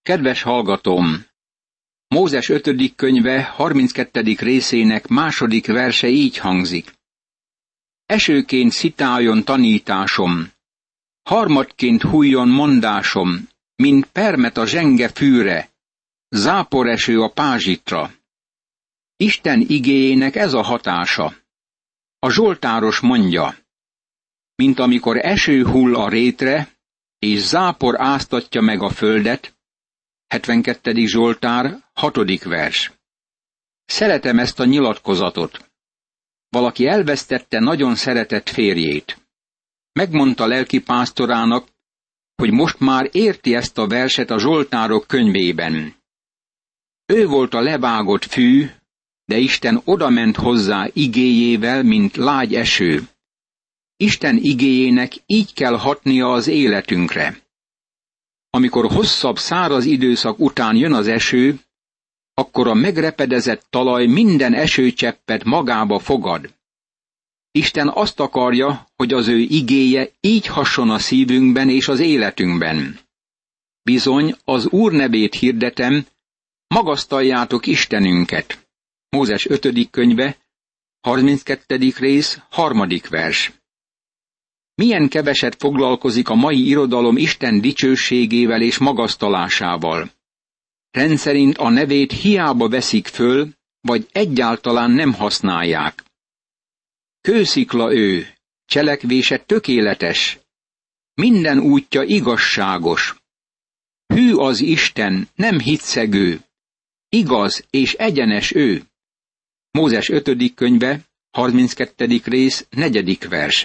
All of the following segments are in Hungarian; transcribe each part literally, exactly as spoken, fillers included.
Kedves hallgatóm! Mózes ötödik könyve harminckettedik részének második verse így hangzik. Esőként szitáljon tanításom, harmadként hújjon mondásom, mint permet a zsenge fűre, záporeső a pázsitra. Isten igéjének ez a hatása. A zsoltáros mondja, mint amikor eső hull a rétre, és zápor áztatja meg a földet, hetvenkettedik Zsoltár, hatodik vers. Szeretem ezt a nyilatkozatot. Valaki elvesztette nagyon szeretett férjét. Megmondta lelkipásztorának, hogy most már érti ezt a verset a Zsoltárok könyvében. Ő volt a levágott fű, de Isten odament hozzá igéjével, mint lágy eső. Isten igéjének így kell hatnia az életünkre. Amikor hosszabb száraz időszak után jön az eső, akkor a megrepedezett talaj minden esőcseppet magába fogad. Isten azt akarja, hogy az ő igéje így hasson a szívünkben és az életünkben. Bizony, az Úr nevét hirdetem, magasztaljátok Istenünket. Mózes ötödik könyve, harminckettedik rész, harmadik vers. Milyen keveset foglalkozik a mai irodalom Isten dicsőségével és magasztalásával. Rendszerint a nevét hiába veszik föl, vagy egyáltalán nem használják. Kőszikla ő, cselekvése tökéletes, minden útja igazságos. Hű az Isten, nem hitszegő, igaz és egyenes ő. Mózes ötödik könyve, harminckettedik rész, negyedik vers.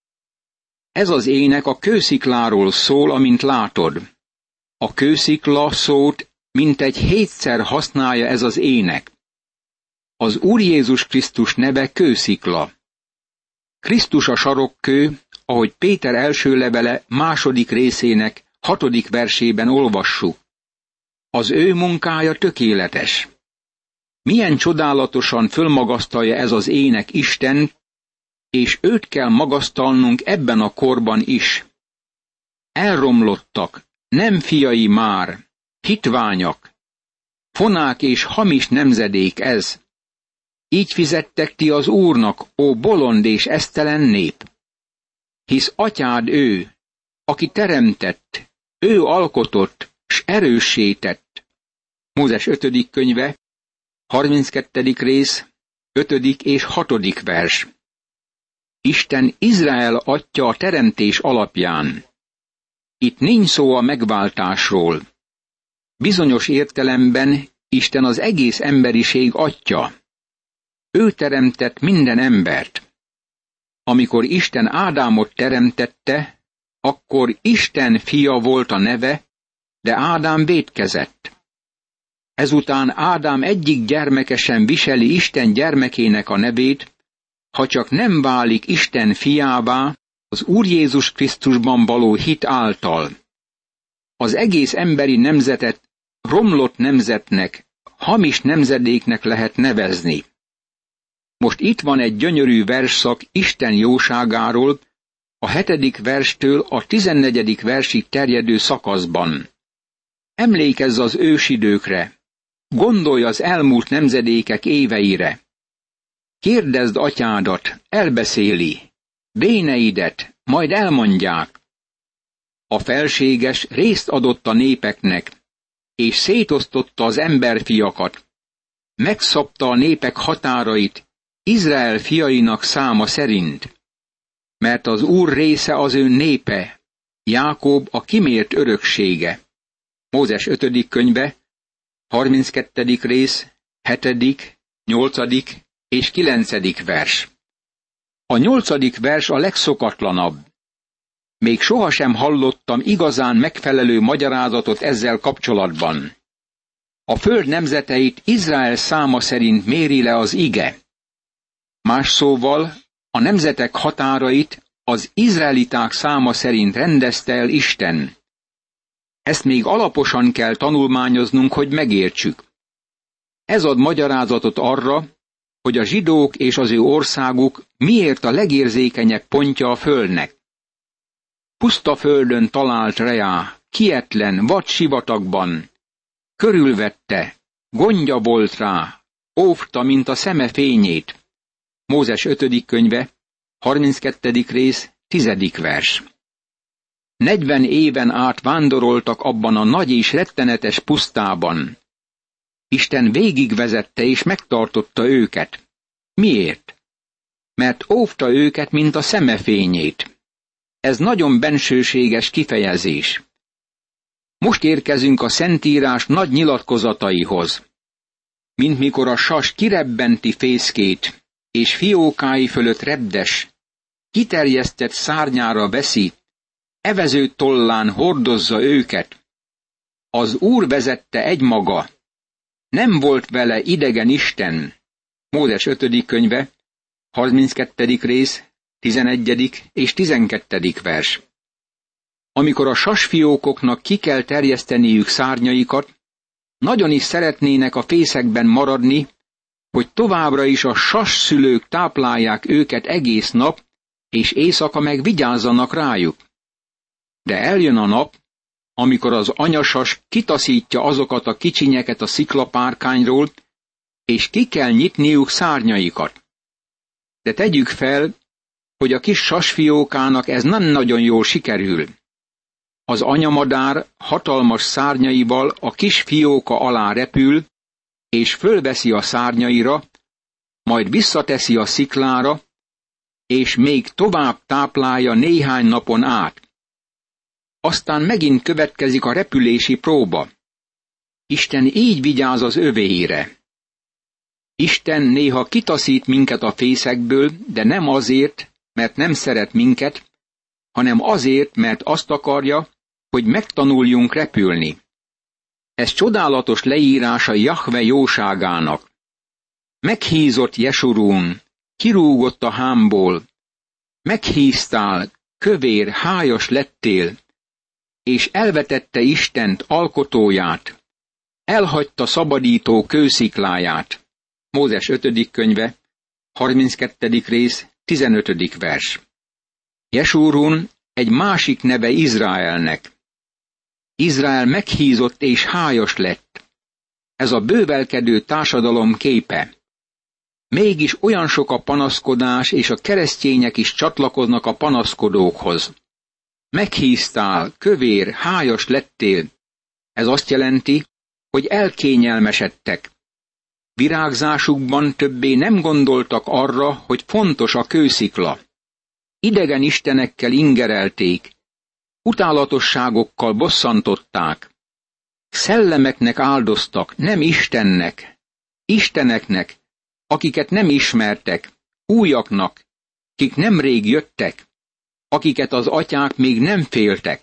Ez az ének a kőszikláról szól, amint látod. A kőszikla szót mintegy hétszer használja ez az ének. Az Úr Jézus Krisztus neve kőszikla. Krisztus a sarokkő, ahogy Péter első levele második részének hatodik versében olvassuk. Az ő munkája tökéletes. Milyen csodálatosan fölmagasztalja ez az ének Istent, és őt kell magasztalnunk ebben a korban is. Elromlottak, nem fiai már, hitványak, fonák és hamis nemzedék ez. Így fizettek ti az Úrnak, ó bolond és esztelen nép. Hisz atyád ő, aki teremtett, ő alkotott, s erősített. Mózes ötödik könyve, harminckettedik rész, ötödik és hatodik vers. Isten Izrael atya a teremtés alapján. Itt nincs szó a megváltásról. Bizonyos értelemben Isten az egész emberiség atya. Ő teremtett minden embert. Amikor Isten Ádámot teremtette, akkor Isten fia volt a neve, de Ádám vétkezett. Ezután Ádám egyik gyermeke sem viseli Isten gyermekének a nevét, ha csak nem válik Isten fiává az Úr Jézus Krisztusban való hit által. Az egész emberi nemzetet romlott nemzetnek, hamis nemzedéknek lehet nevezni. Most itt van egy gyönyörű versszak Isten jóságáról, a hetedik verstől a tizennegyedik versig terjedő szakaszban. Emlékezz az ősidőkre, gondolj az elmúlt nemzedékek éveire. Kérdezd atyádat, elbeszéli, béneidet, majd elmondják. A felséges részt adott a népeknek, és szétosztotta az emberfiakat. Megszabta a népek határait Izrael fiainak száma szerint. Mert az Úr része az ő népe, Jákob a kimért öröksége. Mózes ötödik könyve, harminckettedik rész, hetedik, nyolcadik és kilencedik vers. A nyolcadik vers a legszokatlanabb. Még sohasem hallottam igazán megfelelő magyarázatot ezzel kapcsolatban. A föld nemzeteit Izrael száma szerint méri le az ige. Más szóval, a nemzetek határait az izraeliták száma szerint rendezte el Isten. Ezt még alaposan kell tanulmányoznunk, hogy megértsük. Ez ad magyarázatot arra, hogy a zsidók és az ő országuk miért a legérzékenyebb pontja a földnek. Puszta földön talált Reá, kietlen, vad sivatagban, körülvette, gondja volt rá, óvta, mint a szeme fényét. Mózes ötödik könyve, harminckettedik rész, tizedik vers. Negyven éven át vándoroltak abban a nagy és rettenetes pusztában. Isten végigvezette és megtartotta őket. Miért? Mert óvta őket, mint a szeme fényét. Ez nagyon bensőséges kifejezés. Most érkezünk a Szentírás nagy nyilatkozataihoz. Mint mikor a sas kirebbenti fészkét, és fiókái fölött repdes, kiterjesztett szárnyára veszi, evező tollán hordozza őket. Az Úr vezette egymaga, nem volt vele idegen Isten. Mózes ötödik könyve, harminckettedik rész, tizenegyedik és tizenkettedik vers. Amikor a sasfiókoknak ki kell terjeszteniük szárnyaikat, nagyon is szeretnének a fészekben maradni, hogy továbbra is a sasszülők táplálják őket egész nap, és éjszaka meg vigyázzanak rájuk. De eljön a nap, amikor az anyasas kitaszítja azokat a kicsinyeket a sziklapárkányról, és ki kell nyitniuk szárnyaikat. De tegyük fel, hogy a kis sasfiókának ez nem nagyon jól sikerül. Az anyamadár hatalmas szárnyaival a kis fióka alá repül, és fölveszi a szárnyaira, majd visszateszi a sziklára, és még tovább táplálja néhány napon át. Aztán megint következik a repülési próba. Isten így vigyáz az övéire. Isten néha kitaszít minket a fészekből, de nem azért, mert nem szeret minket, hanem azért, mert azt akarja, hogy megtanuljunk repülni. Ez csodálatos leírása Jahve jóságának. Meghízott Jesurún, kirúgott a hámból, meghíztál, kövér, hájas lettél, és elvetette Istent, alkotóját, elhagyta szabadító kőszikláját. Mózes ötödik könyve, harminckettedik rész, tizenötödik vers. Jesúrun egy másik neve Izraelnek. Izrael meghízott és hájas lett. Ez a bővelkedő társadalom képe. Mégis olyan sok a panaszkodás, és a keresztények is csatlakoznak a panaszkodókhoz. Meghíztál, kövér, hájas lettél. Ez azt jelenti, hogy elkényelmesedtek. Virágzásukban többé nem gondoltak arra, hogy fontos a kőszikla. Idegen istenekkel ingerelték, utálatosságokkal bosszantották. Szellemeknek áldoztak, nem Istennek, isteneknek, akiket nem ismertek, újaknak, kik nemrég jöttek, akiket az atyák még nem féltek.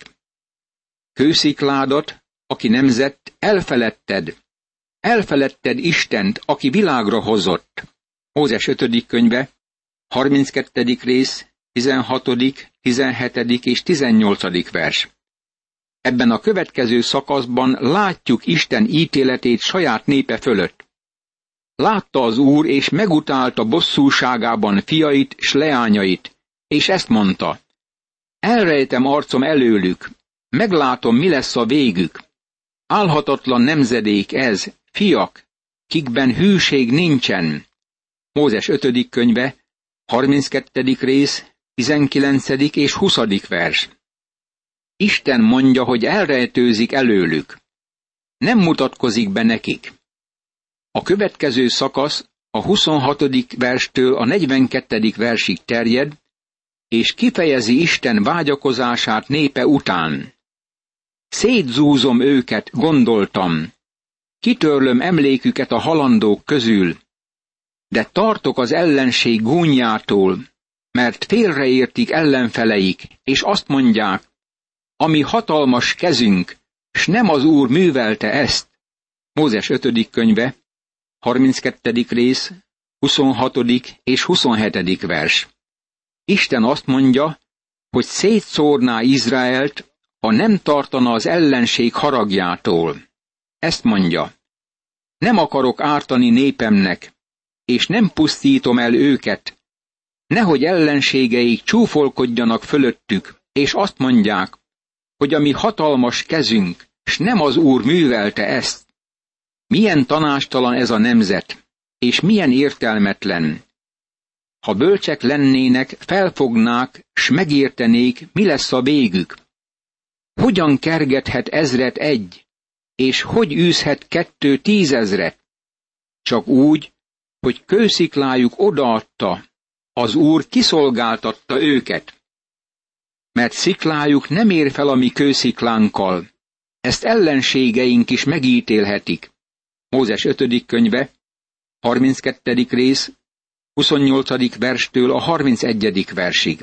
Kőszikládat, aki nemzett, elfeledted, elfeledted Istent, aki világra hozott. Mózes ötödik könyve, harminckettedik rész, tizenhatodik, tizenhetedik és tizennyolcadik vers. Ebben a következő szakaszban látjuk Isten ítéletét saját népe fölött. Látta az Úr, és megutálta bosszúságában fiait s leányait, és ezt mondta: elrejtem arcom előlük, meglátom, mi lesz a végük. Álhatatlan nemzedék ez, fiak, kikben hűség nincsen. Mózes ötödik könyve, harminckettedik rész, tizenkilencedik és huszadik vers. Isten mondja, hogy elrejtőzik előlük. Nem mutatkozik be nekik. A következő szakasz a huszonhatodik verstől a negyvenkettedik versig terjed, és kifejezi Isten vágyakozását népe után. Szétzúzom őket, gondoltam. Kitörlöm emléküket a halandók közül. De tartok az ellenség gúnyjától, mert félreértik ellenfeleik, és azt mondják, ami hatalmas kezünk, s nem az Úr művelte ezt. Mózes ötödik könyve, harminckettedik rész, huszonhatodik és huszonhetedik vers. Isten azt mondja, hogy szétszórná Izraelt, ha nem tartana az ellenség haragjától. Ezt mondja: nem akarok ártani népemnek, és nem pusztítom el őket, nehogy ellenségeik csúfolkodjanak fölöttük, és azt mondják, hogy a mi hatalmas kezünk, s nem az Úr művelte ezt. Milyen tanástalan ez a nemzet, és milyen értelmetlen. Ha bölcsek lennének, felfognák, s megértenék, mi lesz a végük. Hogyan kergethet ezret egy, és hogy űzhet kettő tízezret? Csak úgy, hogy kősziklájuk odaadta, az Úr kiszolgáltatta őket. Mert sziklájuk nem ér fel a mi kősziklánkkal, ezt ellenségeink is megítélhetik. Mózes ötödik könyve, harminckettedik rész, huszonnyolcadik verstől a harmincegyedik versig.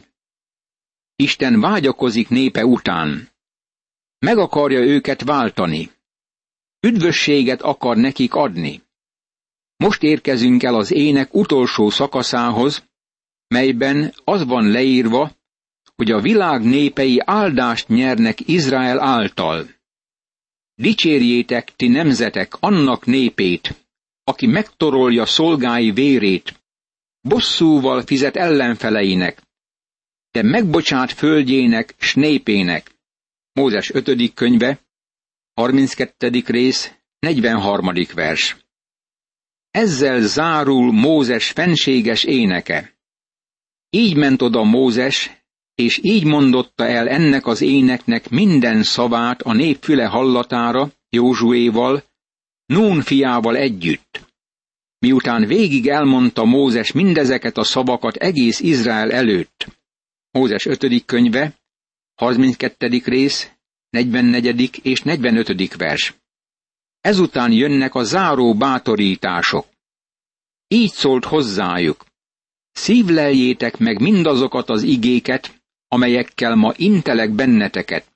Isten vágyakozik népe után. Meg akarja őket váltani. Üdvösséget akar nekik adni. Most érkezünk el az ének utolsó szakaszához, melyben az van leírva, hogy a világ népei áldást nyernek Izrael által. Dicsérjétek ti nemzetek annak népét, aki megtorolja szolgái vérét, bosszúval fizet ellenfeleinek, de megbocsát földjének s népének. Mózes ötödik könyve, harminckettedik rész, negyvenharmadik vers. Ezzel zárul Mózes fenséges éneke. Így ment oda Mózes, és így mondotta el ennek az éneknek minden szavát a nép füle hallatára, Józsuéval, Nún fiával együtt. Miután végig elmondta Mózes mindezeket a szavakat egész Izrael előtt. Mózes ötödik könyve, harminckettedik rész, negyvennegyedik és negyvenötödik vers. Ezután jönnek a záró bátorítások. Így szólt hozzájuk. Szívleljétek meg mindazokat az igéket, amelyekkel ma intelek benneteket.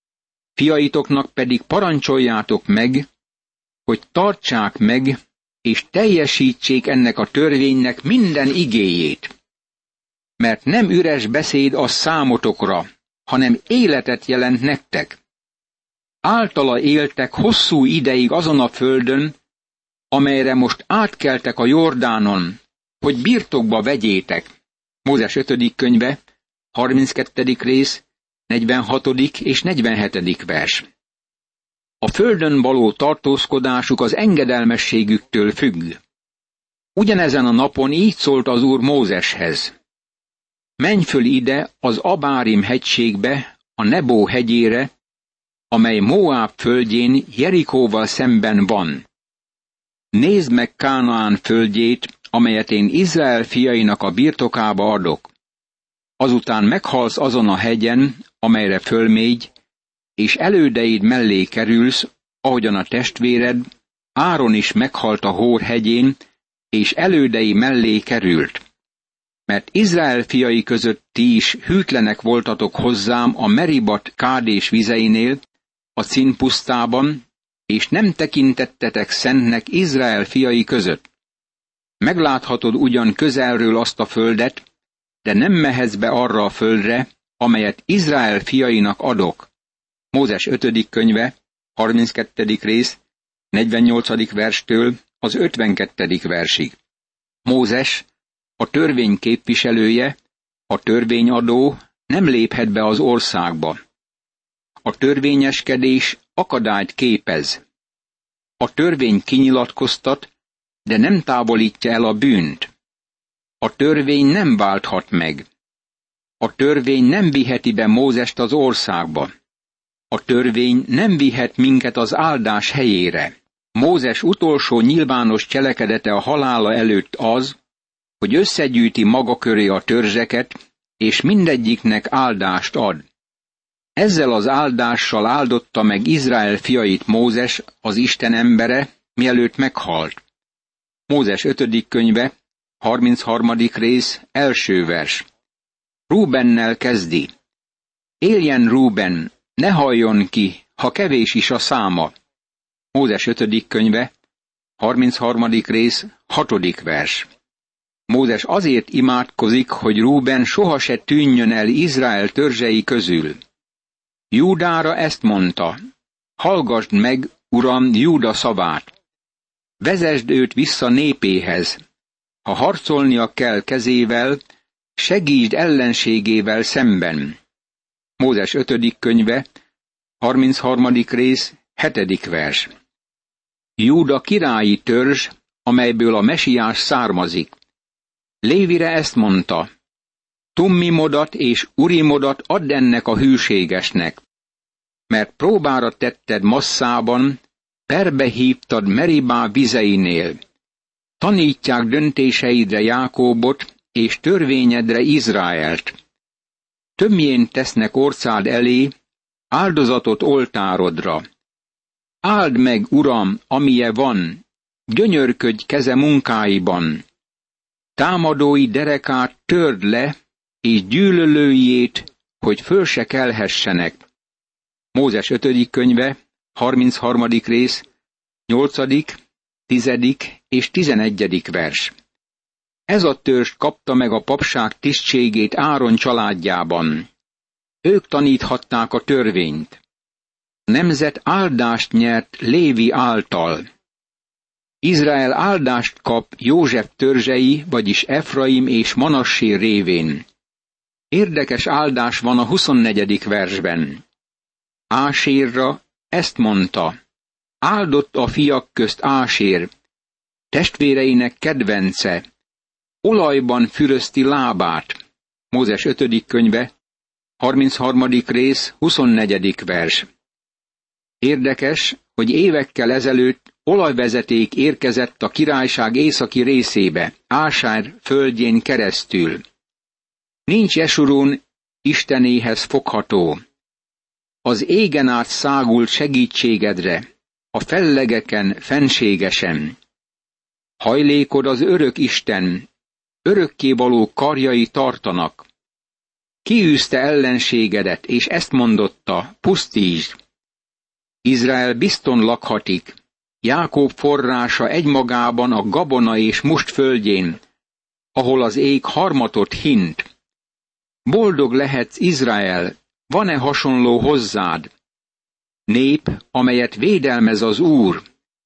Fiaitoknak pedig parancsoljátok meg, hogy tartsák meg, és teljesítsék ennek a törvénynek minden igéjét. Mert nem üres beszéd a számotokra, hanem életet jelent nektek. Általa éltek hosszú ideig azon a földön, amelyre most átkeltek a Jordánon, hogy birtokba vegyétek. Mózes ötödik könyve, harminckettedik rész, negyvenhatodik és negyvenhetedik vers. A földön való tartózkodásuk az engedelmességüktől függ. Ugyanezen a napon így szólt az Úr Mózeshez. Menj föl ide az Abárim hegységbe, a Nebó hegyére, amely Moáb földjén Jerikóval szemben van. Nézd meg Kánaán földjét, amelyet én Izrael fiainak a birtokába adok. Azután meghalsz azon a hegyen, amelyre fölmégy, és elődeid mellé kerülsz, ahogyan a testvéred, Áron is meghalt a Hór hegyén, és elődei mellé került. Mert Izrael fiai között ti is hűtlenek voltatok hozzám a Meribat Kádés vizeinél, a Cin pusztában, és nem tekintettetek szentnek Izrael fiai között. Megláthatod ugyan közelről azt a földet, de nem mehetsz be arra a földre, amelyet Izrael fiainak adok. Mózes ötödik könyve, harminckettedik rész, negyvennyolcadik verstől az ötvenkettedik versig. Mózes, a törvény képviselője, a törvényadó nem léphet be az országba. A törvényeskedés akadályt képez. A törvény kinyilatkoztat, de nem távolítja el a bűnt. A törvény nem válthat meg. A törvény nem viheti be Mózest az országba. A törvény nem vihet minket az áldás helyére. Mózes utolsó nyilvános cselekedete a halála előtt az, hogy összegyűjti maga köré a törzseket, és mindegyiknek áldást ad. Ezzel az áldással áldotta meg Izrael fiait Mózes, az Isten embere, mielőtt meghalt. Mózes ötödik könyve, harmincharmadik rész, első vers. Rúbennel kezdi. Éljen Rúben, ne halljon ki, ha kevés is a száma. Mózes ötödik könyve, harmincharmadik rész, hatodik vers. Mózes azért imádkozik, hogy Rúben soha se tűnjön el Izrael törzsei közül. Júdára ezt mondta, hallgasd meg, Uram, Júda szavát. Vezesd őt vissza népéhez. Ha harcolnia kell kezével, segítsd ellenségével szemben. Mózes ötödik könyve, harmincharmadik rész, hetedik vers. Júda királyi törzs, amelyből a mesiás származik. Lévire ezt mondta: Tummimodat és Urimodat add ennek a hűségesnek, mert próbára tetted Masszában, perbe hívtad Meribá vizeinél. Tanítják döntéseidre Jákóbot, és törvényedre Izraelt. Tömjén tesznek orcád elé, áldozatot oltárodra. Áld meg, Uram, amije van, gyönyörködj keze munkáiban. Támadói derekát törd le, és gyűlölőjét, hogy föl se kelhessenek. Mózes ötödik könyve, harmincharmadik rész, nyolcadik, tizedik és tizenegyedik vers. Ez a törzs kapta meg a papság tisztségét Áron családjában. Ők taníthatták a törvényt. A nemzet áldást nyert Lévi által. Izrael áldást kap József törzsei, vagyis Efraim és Manassé révén. Érdekes áldás van a huszonnegyedik versben. Ásérra ezt mondta: áldott a fiak közt Ásér, testvéreinek kedvence, olajban fürözti lábát. Mózes ötödik könyve, harmincharmadik rész, huszonnegyedik vers. Érdekes, hogy évekkel ezelőtt olajvezeték érkezett a királyság északi részébe, Ásár földjén keresztül. Nincs Jesurun istenéhez fogható. Az égen át szágult segítségedre, a fellegeken fenségesen. Hajlékod az örök Isten, örökkévaló karjai tartanak. Kiűzte ellenségedet, és ezt mondotta: pusztítsd. Izrael bizton lakhatik, Jákob forrása egymagában a gabona és must földjén, ahol az ég harmatot hint. Boldog lehetsz, Izrael, van-e hasonló hozzád? Nép, amelyet védelmez az Úr.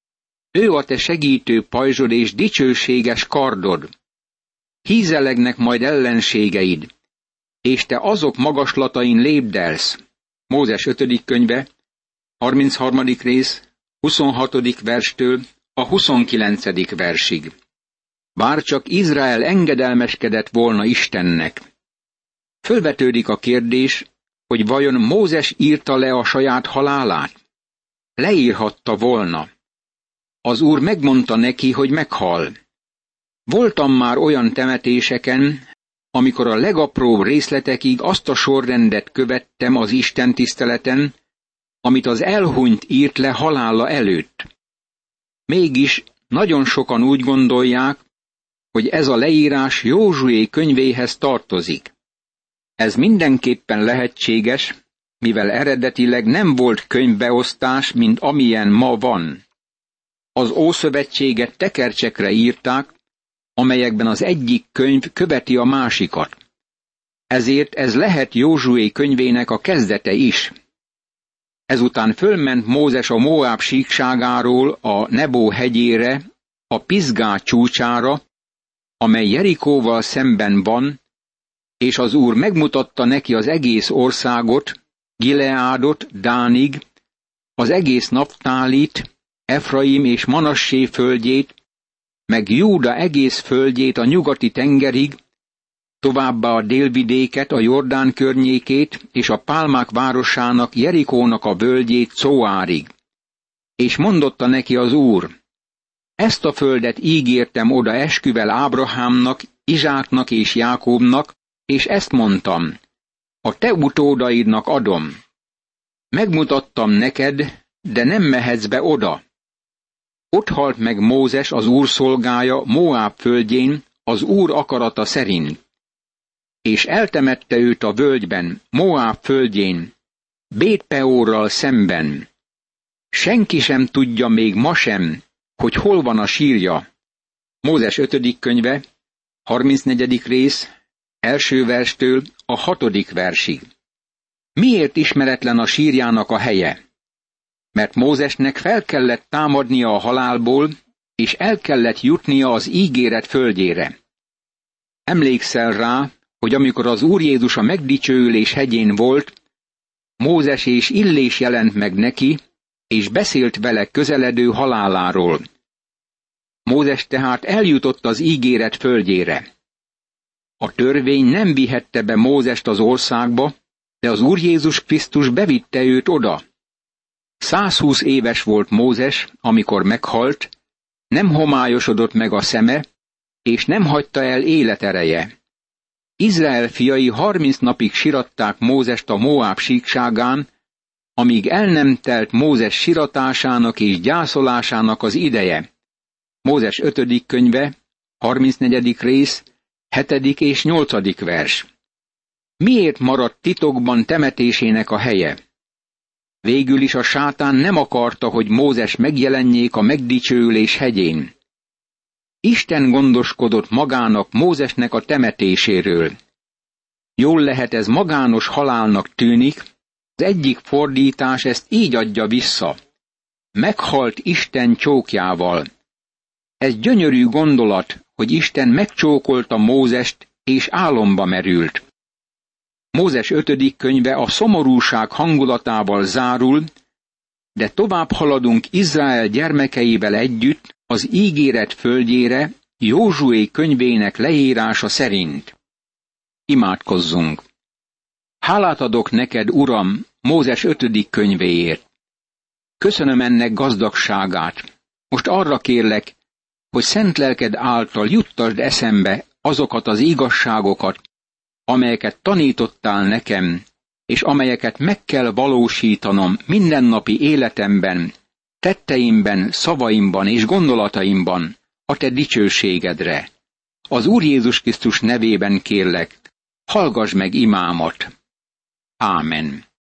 Ő a te segítő pajzsod és dicsőséges kardod. Hízelegnek majd ellenségeid, és te azok magaslatain lépdelsz. Mózes ötödik könyve, harmincharmadik rész, huszonhatodik verstől a huszonkilencedik versig. Bárcsak Izrael engedelmeskedett volna Istennek. Fölvetődik a kérdés, hogy vajon Mózes írta le a saját halálát? Leírhatta volna. Az Úr megmondta neki, hogy meghal. Voltam már olyan temetéseken, amikor a legapróbb részletekig azt a sorrendet követtem az Isten tiszteleten, amit az elhunyt írt le halála előtt. Mégis nagyon sokan úgy gondolják, hogy ez a leírás Józsué könyvéhez tartozik. Ez mindenképpen lehetséges, mivel eredetileg nem volt könyvbeosztás, mint amilyen ma van. Az Ószövetséget tekercsekre írták, amelyekben az egyik könyv követi a másikat. Ezért ez lehet Józsué könyvének a kezdete is. Ezután fölment Mózes a Moáb síkságáról a Nebó hegyére, a Pizgá csúcsára, amely Jerikóval szemben van, és az Úr megmutatta neki az egész országot, Gileádot, Dánig, az egész Naptálit, Efraim és Manassé földjét, meg Júda egész földjét a nyugati tengerig, továbbá a délvidéket, a Jordán környékét, és a pálmák városának, Jerikónak a völgyét Szóárig. És mondotta neki az Úr: ezt a földet ígértem oda esküvel Ábrahámnak, Izsáknak és Jákóbnak, és ezt mondtam: a te utódaidnak adom. Megmutattam neked, de nem mehetsz be oda. Ott halt meg Mózes, az Úr szolgája, Moáb földjén, az Úr akarata szerint. És eltemette őt a völgyben, Moáb földjén, Bét-peórral szemben. Senki sem tudja még ma sem, hogy hol van a sírja. Mózes ötödik könyve, harmincnegyedik rész, első verstől a hatodik versig. Miért ismeretlen a sírjának a helye? Mert Mózesnek fel kellett támadnia a halálból, és el kellett jutnia az ígéret földjére. Emlékszel rá, hogy amikor az Úr Jézus a megdicsőülés hegyén volt, Mózes és Illés jelent meg neki, és beszélt vele közeledő haláláról. Mózes tehát eljutott az ígéret földjére. A törvény nem vihette be Mózest az országba, de az Úr Jézus Krisztus bevitte őt oda. százhúsz éves volt Mózes, amikor meghalt, nem homályosodott meg a szeme, és nem hagyta el életereje. Izrael fiai harminc napig siratták Mózest a Moáb síkságán, amíg el nem telt Mózes siratásának és gyászolásának az ideje. Mózes ötödik könyve, harmincnegyedik rész, hetedik és nyolcadik vers. Miért maradt titokban temetésének a helye? Végül is a sátán nem akarta, hogy Mózes megjelenjék a megdicsőülés hegyén. Isten gondoskodott magának Mózesnek a temetéséről. Jól lehet, ez magános halálnak tűnik, az egyik fordítás ezt így adja vissza. Meghalt Isten csókjával. Ez gyönyörű gondolat, hogy Isten megcsókolta Mózest, és álomba merült. Mózes ötödik könyve a szomorúság hangulatával zárul, de tovább haladunk Izrael gyermekeivel együtt az ígéret földjére, Józsué könyvének leírása szerint. Imádkozzunk! Hálát adok neked, Uram, Mózes ötödik könyvéért. Köszönöm ennek gazdagságát. Most arra kérlek, hogy szent lelked által juttasd eszembe azokat az igazságokat, amelyeket tanítottál nekem, és amelyeket meg kell valósítanom mindennapi életemben, tetteimben, szavaimban és gondolataimban, a te dicsőségedre. Az Úr Jézus Krisztus nevében kérlek, hallgass meg imámat. Ámen.